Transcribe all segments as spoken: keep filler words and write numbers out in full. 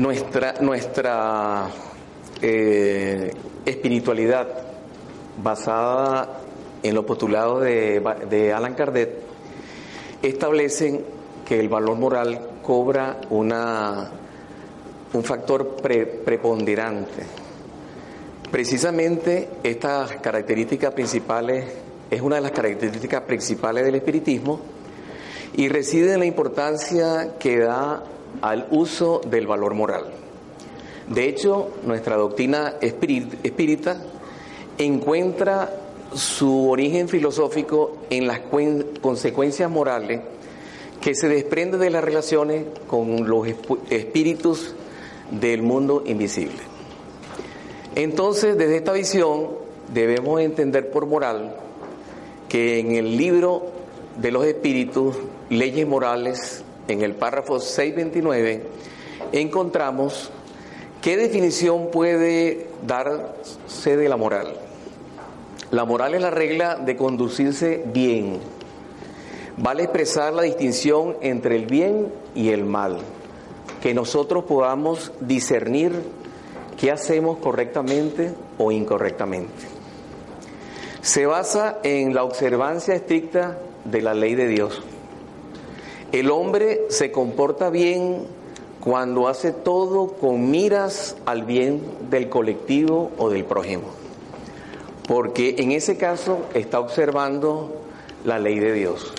Nuestra, nuestra eh, espiritualidad, basada en los postulados de, de Allan Kardec, establecen que el valor moral cobra una, un factor pre, preponderante. Precisamente estas características principales, es una de las características principales del espiritismo, y reside en la importancia que da al uso del valor moral. De hecho, nuestra doctrina espírita encuentra su origen filosófico en las consecuencias morales que se desprenden de las relaciones con los espíritus del mundo invisible. Entonces, desde esta visión, debemos entender por moral que en el libro de los espíritus, Leyes Morales, en el párrafo seiscientos veintinueve, encontramos qué definición puede darse de la moral. La moral es la regla de conducirse bien. Vale expresar la distinción entre el bien y el mal, que nosotros podamos discernir qué hacemos correctamente o incorrectamente. Se basa en la observancia estricta de la ley de Dios. El hombre se comporta bien cuando hace todo con miras al bien del colectivo o del prójimo, porque en ese caso está observando la ley de Dios.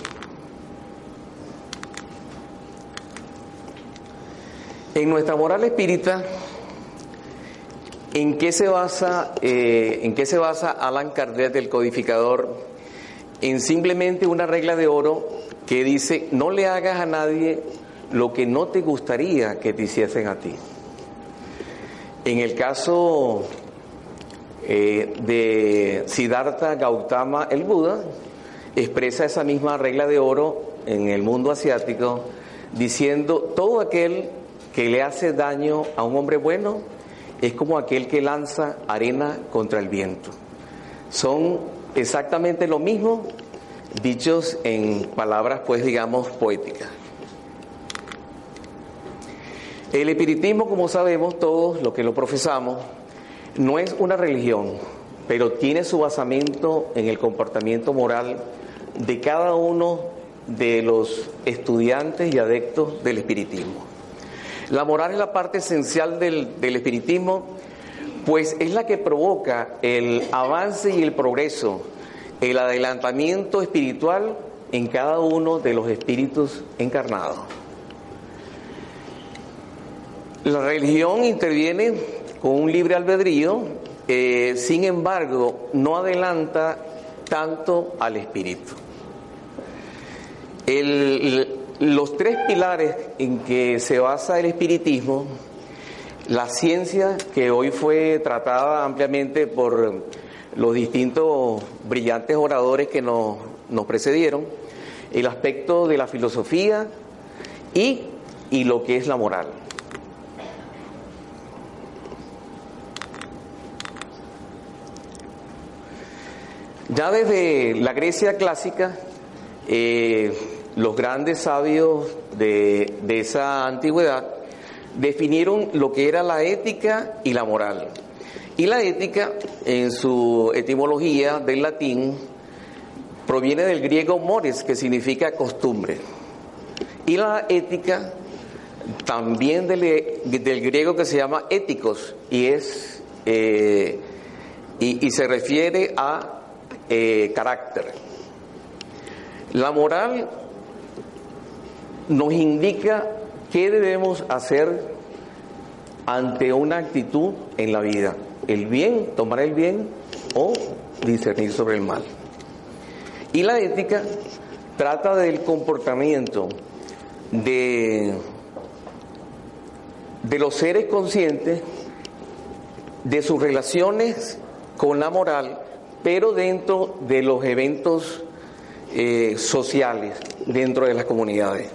En nuestra moral espírita, ¿en qué se basa, eh, en qué se basa Allan Kardec, del codificador? En simplemente una regla de oro que dice: no le hagas a nadie lo que no te gustaría que te hiciesen a ti. En el caso eh, de Siddhartha Gautama, el Buda, expresa esa misma regla de oro en el mundo asiático, diciendo: todo aquel que le hace daño a un hombre bueno es como aquel que lanza arena contra el viento. Son exactamente lo mismo, dichos en palabras, pues digamos, poéticas. El espiritismo, como sabemos todos los que lo profesamos, no es una religión, pero tiene su basamento en el comportamiento moral de cada uno de los estudiantes y adeptos del espiritismo. La moral es la parte esencial del, del espiritismo, pues es la que provoca el avance y el progreso, el adelantamiento espiritual en cada uno de los espíritus encarnados. La religión interviene con un libre albedrío, eh, sin embargo, no adelanta tanto al espíritu. El, los tres pilares en que se basa el espiritismo, la ciencia, que hoy fue tratada ampliamente por los distintos brillantes oradores que nos, nos precedieron, el aspecto de la filosofía y, y lo que es la moral. Ya desde la Grecia clásica, eh, los grandes sabios de, de esa antigüedad definieron lo que era la ética y la moral. Y la ética, en su etimología del latín, proviene del griego mores, que significa costumbre. Y la ética también del, del griego, que se llama éticos, y es eh, y, y se refiere a eh, carácter. La moral nos indica qué debemos hacer ante una actitud en la vida: el bien, tomar el bien, o discernir sobre el mal. Y la ética trata del comportamiento de, de los seres conscientes, de sus relaciones con la moral, pero dentro de los eventos eh, sociales, dentro de las comunidades.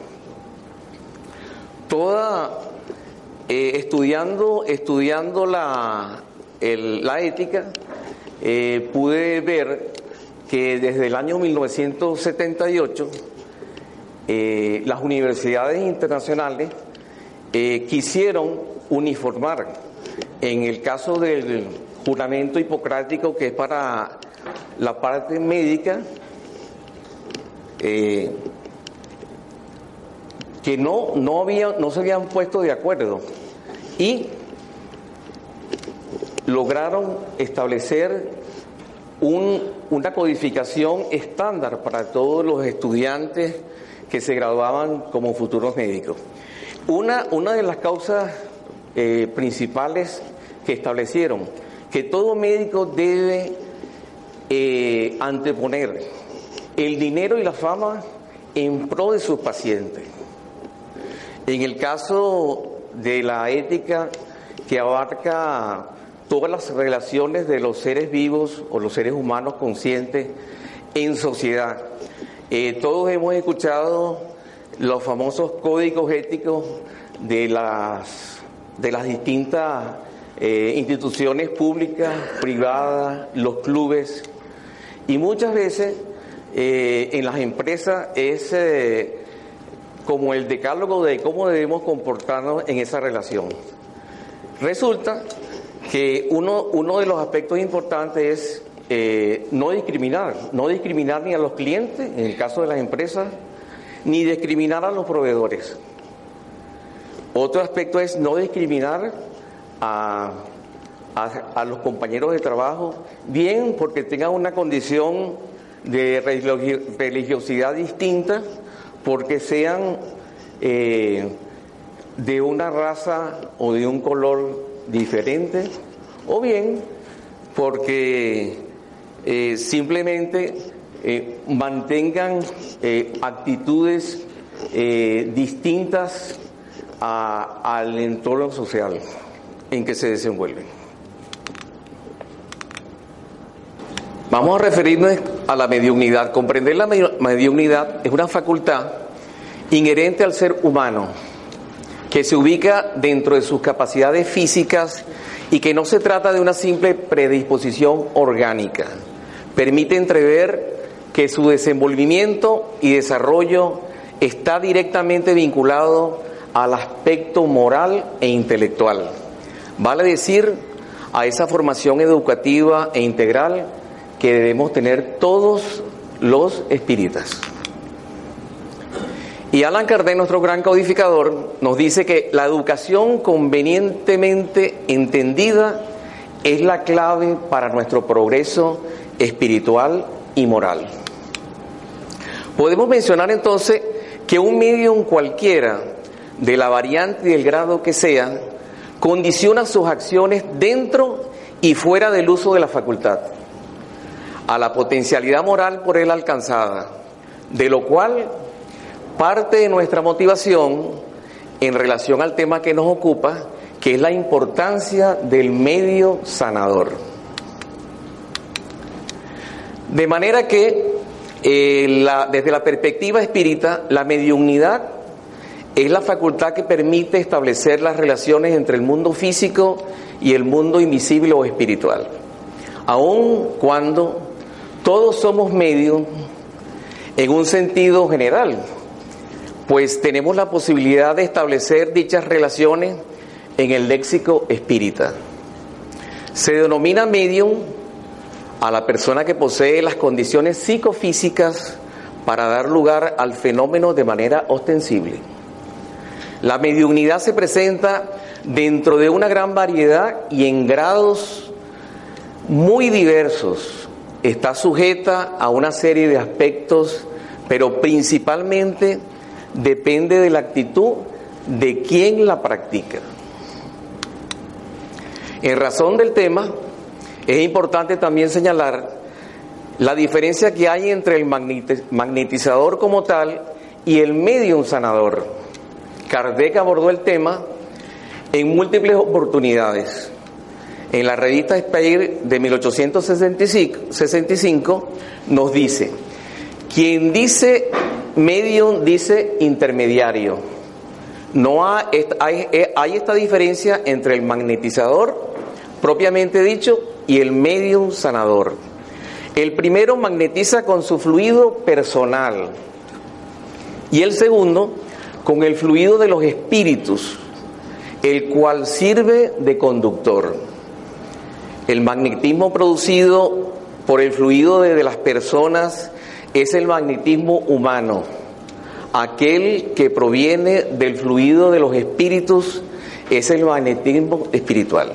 Toda, eh, estudiando, estudiando la, el, la ética, eh, pude ver que desde el año mil novecientos setenta y ocho eh, las universidades internacionales eh, quisieron uniformar. En el caso del juramento hipocrático, que es para la parte médica, eh, que no, no, había, no se habían puesto de acuerdo y lograron establecer un, una codificación estándar para todos los estudiantes que se graduaban como futuros médicos. Una, una de las causas eh, principales que establecieron, que todo médico debe eh, anteponer el dinero y la fama en pro de sus pacientes. En el caso de la ética, que abarca todas las relaciones de los seres vivos o los seres humanos conscientes en sociedad, eh, todos hemos escuchado los famosos códigos éticos de las, de las distintas eh, instituciones públicas, privadas, los clubes, y muchas veces eh, en las empresas es eh, como el decálogo de cómo debemos comportarnos en esa relación. Resulta que uno, uno de los aspectos importantes es eh, no discriminar, no discriminar ni a los clientes, en el caso de las empresas, ni discriminar a los proveedores. Otro aspecto es no discriminar a, a, a los compañeros de trabajo, bien porque tengan una condición de religiosidad distinta, porque sean eh, de una raza o de un color diferente, o bien porque eh, simplemente eh, mantengan eh, actitudes eh, distintas a, al entorno social en que se desenvuelven. Vamos a referirnos a la mediunidad. Comprender la mediunidad es una facultad inherente al ser humano que se ubica dentro de sus capacidades físicas y que no se trata de una simple predisposición orgánica. Permite entrever que su desenvolvimiento y desarrollo está directamente vinculado al aspecto moral e intelectual. Vale decir, a esa formación educativa e integral que debemos tener todos los espíritas. Y Allan Kardec, nuestro gran codificador, nos dice que la educación convenientemente entendida es la clave para nuestro progreso espiritual y moral. Podemos mencionar entonces que un medium cualquiera, de la variante y del grado que sea, condiciona sus acciones dentro y fuera del uso de la facultad, a la potencialidad moral por él alcanzada, de lo cual parte de nuestra motivación en relación al tema que nos ocupa, que es la importancia del medio sanador. De manera que, eh, la, desde la perspectiva espírita, la mediunidad es la facultad que permite establecer las relaciones entre el mundo físico y el mundo invisible o espiritual. Aun cuando todos somos medios en un sentido general, pues tenemos la posibilidad de establecer dichas relaciones en el léxico espírita. Se denomina medium a la persona que posee las condiciones psicofísicas para dar lugar al fenómeno de manera ostensible. La mediunidad se presenta dentro de una gran variedad y en grados muy diversos. Está sujeta a una serie de aspectos, pero principalmente depende de la actitud de quien la practica. En razón del tema, es importante también señalar la diferencia que hay entre el magnetizador como tal y el medium sanador. Kardec abordó el tema en múltiples oportunidades. En la revista Speyer de mil ochocientos sesenta y cinco nos dice: quien dice medium dice intermediario. No hay, hay, hay esta diferencia entre el magnetizador propiamente dicho y el medium sanador. El primero magnetiza con su fluido personal y el segundo con el fluido de los espíritus el cual sirve de conductor. El magnetismo producido por el fluido de, de las personas es el magnetismo humano, aquel que proviene del fluido de los espíritus es el magnetismo espiritual.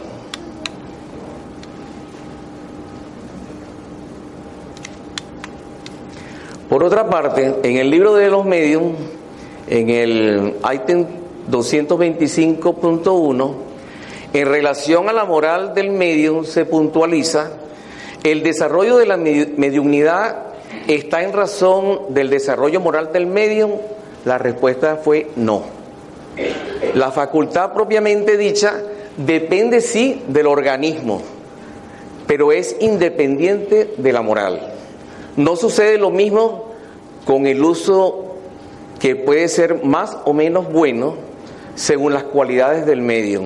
Por otra parte, en el libro de los medium, en el ítem doscientos veinticinco punto uno, en relación a la moral del medium se puntualiza: el desarrollo de la mediunidad está en razón del desarrollo moral del medium. La respuesta fue no. La facultad propiamente dicha depende sí del organismo, pero es independiente de la moral. No sucede lo mismo con el uso, que puede ser más o menos bueno según las cualidades del medium.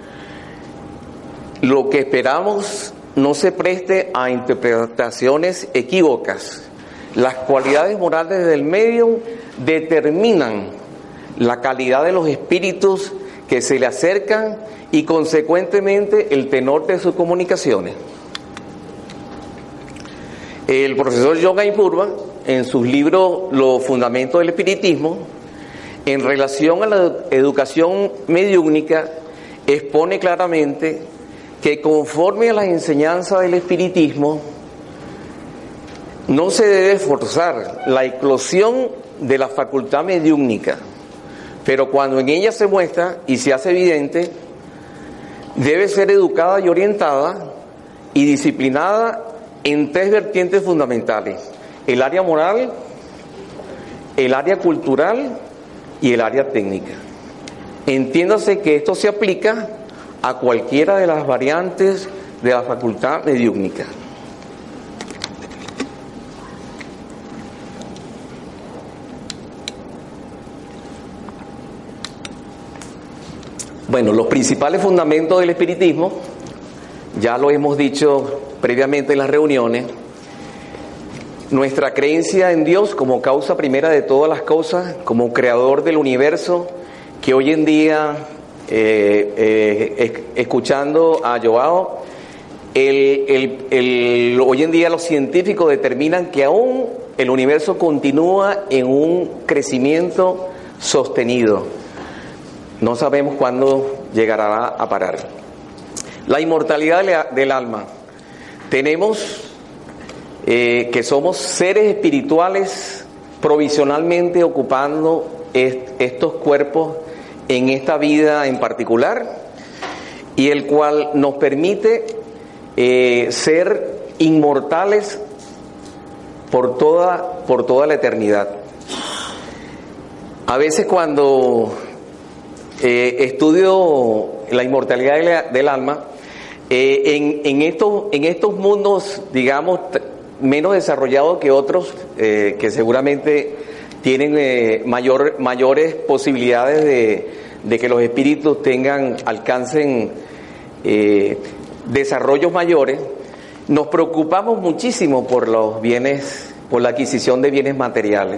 Lo que esperamos no se preste a interpretaciones equívocas. Las cualidades morales del medium determinan la calidad de los espíritus que se le acercan y consecuentemente el tenor de sus comunicaciones. El profesor Yogai Purva, en sus libros Los Fundamentos del Espiritismo, en relación a la educación mediúnica, expone claramente que conforme a las enseñanzas del espiritismo, no se debe forzar la eclosión de la facultad mediúnica, pero cuando en ella se muestra y se hace evidente, debe ser educada y orientada y disciplinada en tres vertientes fundamentales: el área moral, el área cultural y el área técnica. Entiéndase que esto se aplica a cualquiera de las variantes de la facultad mediúnica. Bueno, los principales fundamentos del espiritismo, ya lo hemos dicho previamente en las reuniones: nuestra creencia en Dios como causa primera de todas las cosas, como creador del universo, que hoy en día, eh, eh, escuchando a Joao, el, el, el, hoy en día los científicos determinan que aún el universo continúa en un crecimiento sostenido. No sabemos cuándo llegará a parar. La inmortalidad del alma. Tenemos eh, que somos seres espirituales provisionalmente ocupando est- estos cuerpos en esta vida en particular, y el cual nos permite eh, ser inmortales por toda, por toda la eternidad. A veces cuando Eh, estudio la inmortalidad de la, del alma, eh, en, en, estos, en estos mundos, digamos, t- menos desarrollados que otros, eh, que seguramente tienen eh, mayor, mayores posibilidades de, de que los espíritus tengan, alcancen eh, desarrollos mayores, nos preocupamos muchísimo por los bienes, por la adquisición de bienes materiales.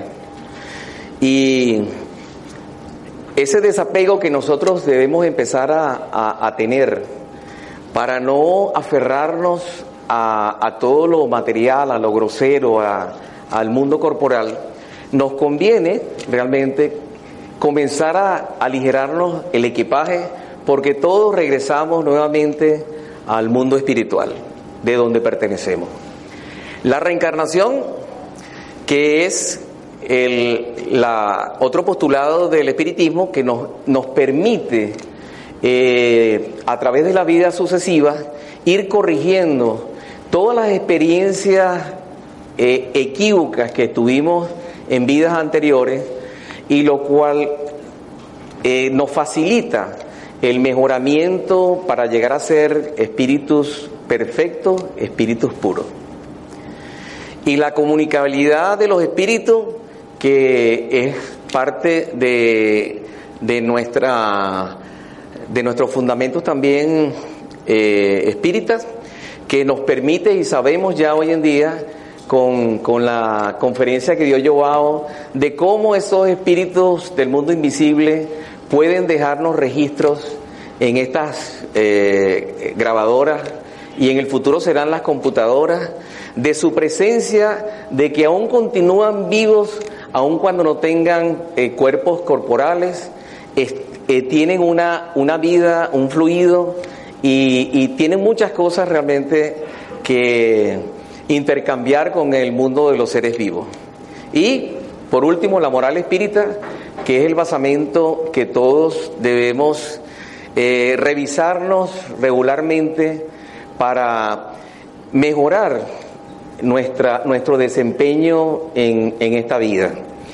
Y ese desapego que nosotros debemos empezar a, a, a tener para no aferrarnos a, a todo lo material, a lo grosero, a, al mundo corporal, nos conviene realmente comenzar a aligerarnos el equipaje, porque todos regresamos nuevamente al mundo espiritual, de donde pertenecemos. La reencarnación, que es El, la, otro postulado del espiritismo que nos, nos permite eh, a través de la vida sucesiva ir corrigiendo todas las experiencias eh, equívocas que tuvimos en vidas anteriores, y lo cual eh, nos facilita el mejoramiento para llegar a ser espíritus perfectos, espíritus puros. Y la comunicabilidad de los espíritus, que es parte de, de, nuestra, de nuestros fundamentos también eh, espíritas, que nos permite, y sabemos ya hoy en día con, con la conferencia que dio Joao, de cómo esos espíritus del mundo invisible pueden dejarnos registros en estas eh, grabadoras y en el futuro serán las computadoras, de su presencia, de que aún continúan vivos, aun cuando no tengan eh, cuerpos corporales, es, eh, tienen una, una vida, un fluido y, y tienen muchas cosas realmente que intercambiar con el mundo de los seres vivos. Y por último, la moral espírita, que es el basamento que todos debemos eh, revisarnos regularmente para mejorar nuestra, nuestro desempeño en, en esta vida.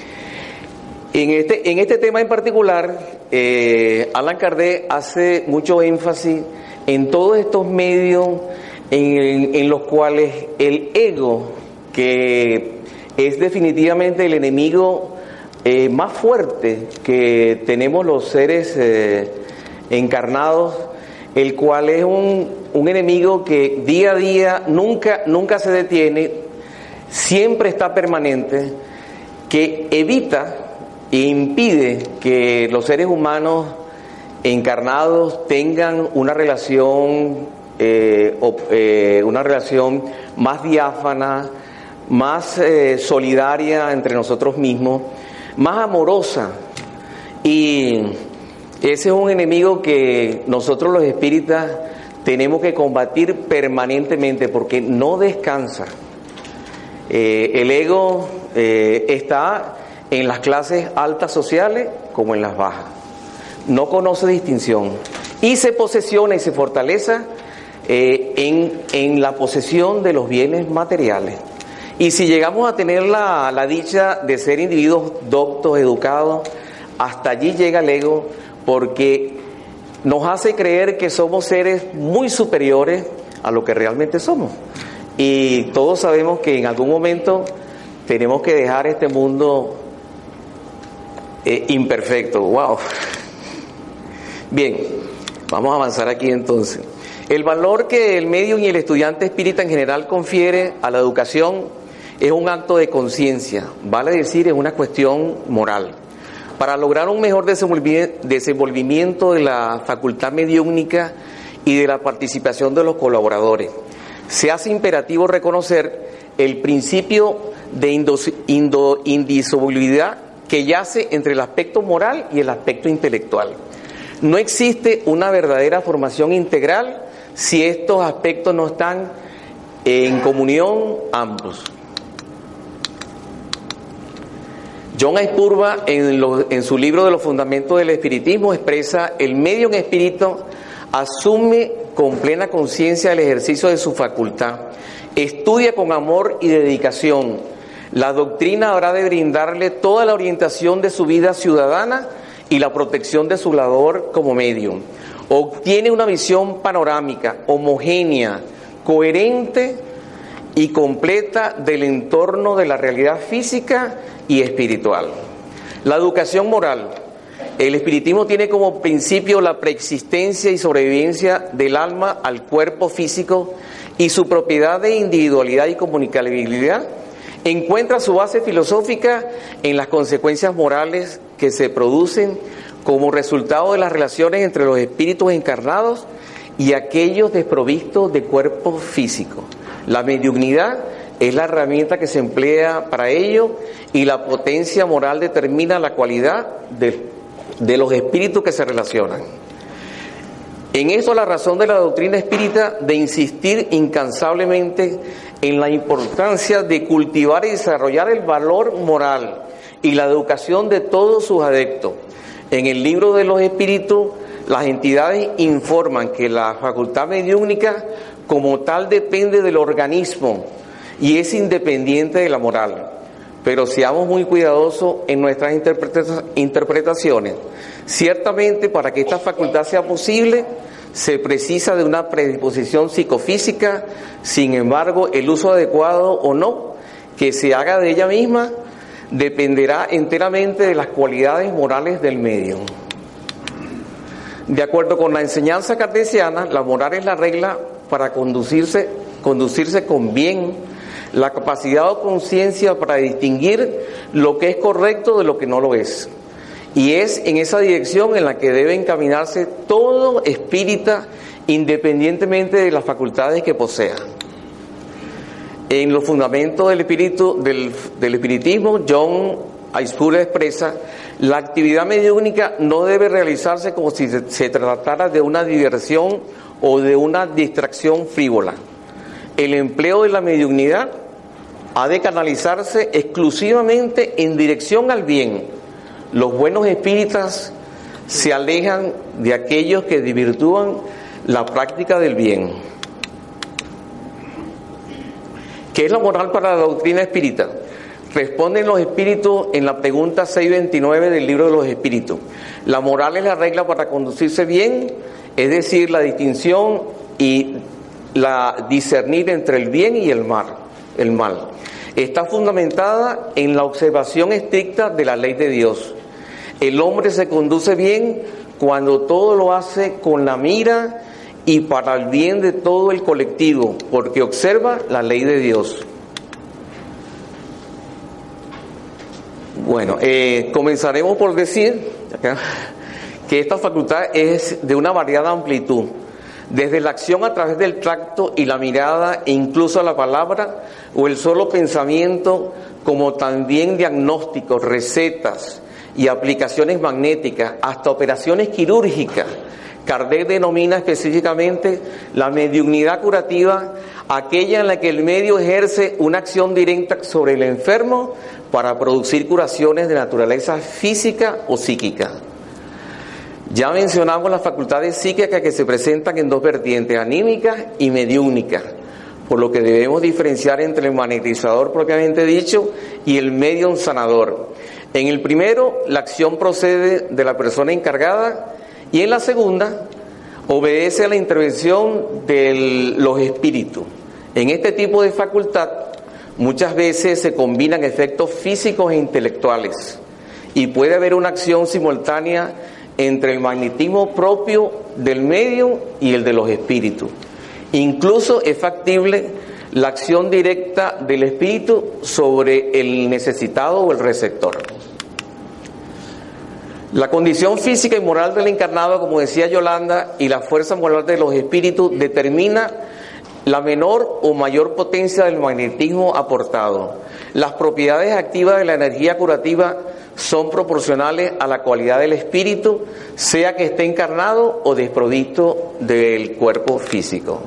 En este, en este tema en particular, eh, Allan Kardec hace mucho énfasis en todos estos medios en, en los cuales el ego, que es definitivamente el enemigo eh, más fuerte que tenemos los seres eh, encarnados, el cual es un, un enemigo que día a día nunca, nunca se detiene, siempre está permanente, que evita e impide que los seres humanos encarnados tengan una relación, eh, eh, una relación más diáfana, más eh, solidaria entre nosotros mismos, más amorosa. Y ese es un enemigo que nosotros los espíritas tenemos que combatir permanentemente porque no descansa. Eh, el ego eh, está en las clases altas sociales como en las bajas. No conoce distinción y se posesiona y se fortalece eh, en, en la posesión de los bienes materiales. Y si llegamos a tener la, la dicha de ser individuos doctos, educados, hasta allí llega el ego, porque nos hace creer que somos seres muy superiores a lo que realmente somos. Y todos sabemos que en algún momento tenemos que dejar este mundo eh, imperfecto. ¡Wow! Bien, vamos a avanzar aquí entonces. El valor que el medium y el estudiante espírita en general confiere a la educación es un acto de conciencia, vale decir, es una cuestión moral. Para lograr un mejor desenvolvimiento de la facultad mediúmnica y de la participación de los colaboradores, se hace imperativo reconocer el principio de indisolubilidad que yace entre el aspecto moral y el aspecto intelectual. No existe una verdadera formación integral si estos aspectos no están en comunión ambos. John Spurba, en, lo, en su libro de los fundamentos del espiritismo, expresa: el medio en espíritu asume con plena conciencia el ejercicio de su facultad, estudia con amor y dedicación. La doctrina habrá de brindarle toda la orientación de su vida ciudadana y la protección de su labor como medium. Obtiene una visión panorámica, homogénea, coherente y completa del entorno de la realidad física y espiritual. La educación moral. El espiritismo tiene como principio la preexistencia y sobrevivencia del alma al cuerpo físico y su propiedad de individualidad y comunicabilidad. Encuentra su base filosófica en las consecuencias morales que se producen como resultado de las relaciones entre los espíritus encarnados y aquellos desprovistos de cuerpo físico. La mediunidad es la herramienta que se emplea para ello y la potencia moral determina la cualidad de, de los espíritus que se relacionan. En eso la razón de la doctrina espírita de insistir incansablemente en la importancia de cultivar y desarrollar el valor moral y la educación de todos sus adeptos. En el libro de los espíritus, las entidades informan que la facultad mediúnica como tal depende del organismo y es independiente de la moral. Pero seamos muy cuidadosos en nuestras interpretaciones. Ciertamente, para que esta facultad sea posible, se precisa de una predisposición psicofísica. Sin embargo, el uso adecuado o no que se haga de ella misma dependerá enteramente de las cualidades morales del medium. De acuerdo con la enseñanza cartesiana, la moral es la regla para conducirse, conducirse con bien, la capacidad o conciencia para distinguir lo que es correcto de lo que no lo es, Y es en esa dirección en la que debe encaminarse todo espírita, independientemente de las facultades que posea. En los fundamentos del espíritu del, del espiritismo, John Aispura expresa: la actividad mediúnica no debe realizarse como si se, se tratara de una diversión o de una distracción frívola. El empleo de la mediunidad ha de canalizarse exclusivamente en dirección al bien. Los buenos espíritas se alejan de aquellos que desvirtúan la práctica del bien. ¿Qué es la moral para la doctrina espírita? Responden los espíritus en la pregunta seiscientos veintinueve del libro de los espíritus. La moral es la regla para conducirse bien, es decir, la distinción y la discernir entre el bien y el mal. El mal. Está fundamentada en la observación estricta de la ley de Dios. El hombre se conduce bien cuando todo lo hace con la mira y para el bien de todo el colectivo, porque observa la ley de Dios. Bueno, eh, comenzaremos por decir acá, que esta facultad es de una variada amplitud, desde la acción a través del tacto y la mirada, e incluso la palabra o el solo pensamiento, como también diagnósticos, recetas y aplicaciones magnéticas, hasta operaciones quirúrgicas. Kardec denomina específicamente la mediunidad curativa aquella en la que el medio ejerce una acción directa sobre el enfermo para producir curaciones de naturaleza física o psíquica. Ya mencionamos las facultades psíquicas que se presentan en dos vertientes, anímicas y mediúnicas, por lo que debemos diferenciar entre el magnetizador propiamente dicho y el medium sanador. En el primero, la acción procede de la persona encargada, y en la segunda, obedece a la intervención de los espíritus. En este tipo de facultad, muchas veces se combinan efectos físicos e intelectuales, y puede haber una acción simultánea entre el magnetismo propio del medium y el de los espíritus. Incluso es factible la acción directa del espíritu sobre el necesitado o el receptor. La condición física y moral del encarnado, como decía Yolanda, y la fuerza moral de los espíritus determina la menor o mayor potencia del magnetismo aportado. Las propiedades activas de la energía curativa son proporcionales a la cualidad del espíritu, sea que esté encarnado o desprovisto del cuerpo físico.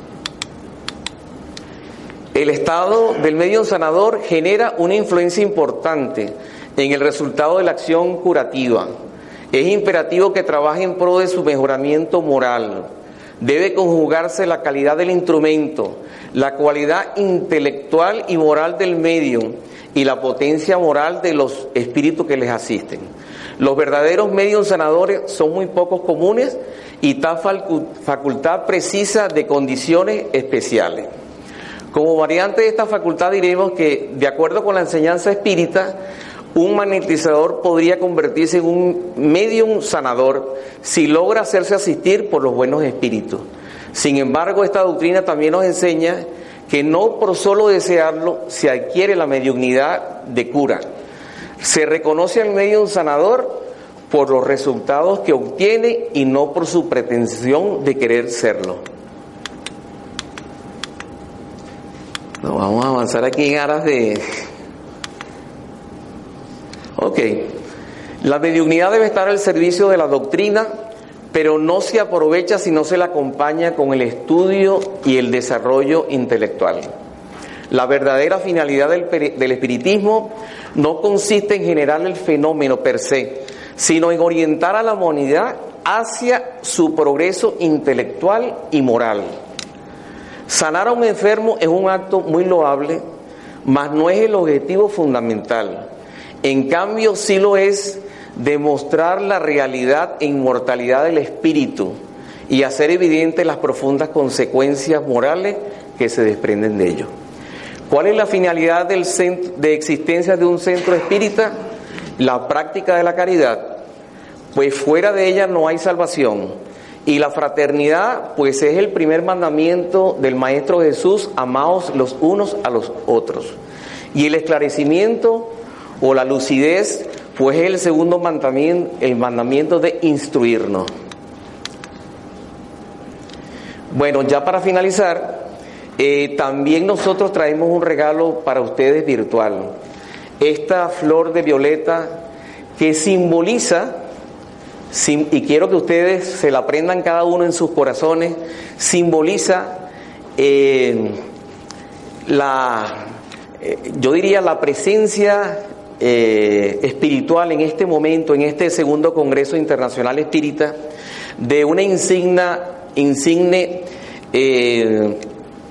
El estado del medium sanador genera una influencia importante en el resultado de la acción curativa. Es imperativo que trabaje en pro de su mejoramiento moral. Debe conjugarse la calidad del instrumento, la cualidad intelectual y moral del medium y la potencia moral de los espíritus que les asisten. Los verdaderos medium sanadores son muy pocos comunes y tal facultad precisa de condiciones especiales. Como variante de esta facultad diremos que, de acuerdo con la enseñanza espírita, un magnetizador podría convertirse en un medium sanador si logra hacerse asistir por los buenos espíritus. Sin embargo, esta doctrina también nos enseña que no por solo desearlo se adquiere la mediunidad de cura. Se reconoce al medium sanador por los resultados que obtiene y no por su pretensión de querer serlo. No, vamos a avanzar aquí en aras de... Ok, la mediunidad debe estar al servicio de la doctrina, pero no se aprovecha si no se la acompaña con el estudio y el desarrollo intelectual. La verdadera finalidad del, del espiritismo no consiste en generar el fenómeno per se, sino en orientar a la humanidad hacia su progreso intelectual y moral. Sanar a un enfermo es un acto muy loable, mas no es el objetivo fundamental. En cambio, sí lo es demostrar la realidad e inmortalidad del espíritu y hacer evidentes las profundas consecuencias morales que se desprenden de ello. ¿Cuál es la finalidad del centro, de existencia de un centro espírita? La práctica de la caridad, pues fuera de ella no hay salvación. Y la fraternidad, pues es el primer mandamiento del Maestro Jesús: amaos los unos a los otros. Y el esclarecimiento o la lucidez, pues es el segundo mandamiento, el mandamiento de instruirnos. Bueno, ya para finalizar, eh, también nosotros traemos un regalo para ustedes virtual. Esta flor de violeta que simboliza, sim, y quiero que ustedes se la aprendan cada uno en sus corazones, simboliza eh, la, eh, yo diría la presencia eh, espiritual en este momento, en este segundo Congreso Internacional Espírita, de una insignia, insigne eh,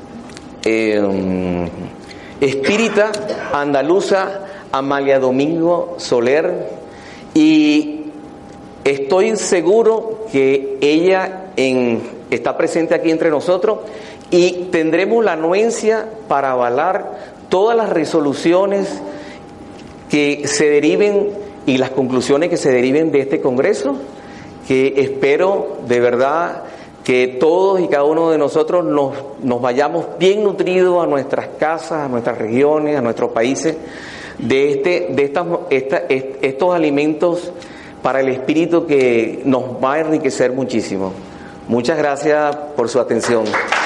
eh, espírita andaluza, Amalia Domingo Soler, y estoy seguro que ella en, está presente aquí entre nosotros y tendremos la anuencia para avalar todas las resoluciones que se deriven y las conclusiones que se deriven de este Congreso, que espero de verdad que todos y cada uno de nosotros nos, nos vayamos bien nutridos a nuestras casas, a nuestras regiones, a nuestros países, de, este, de estas, esta, estos alimentos para el espíritu que nos va a enriquecer muchísimo. Muchas gracias por su atención.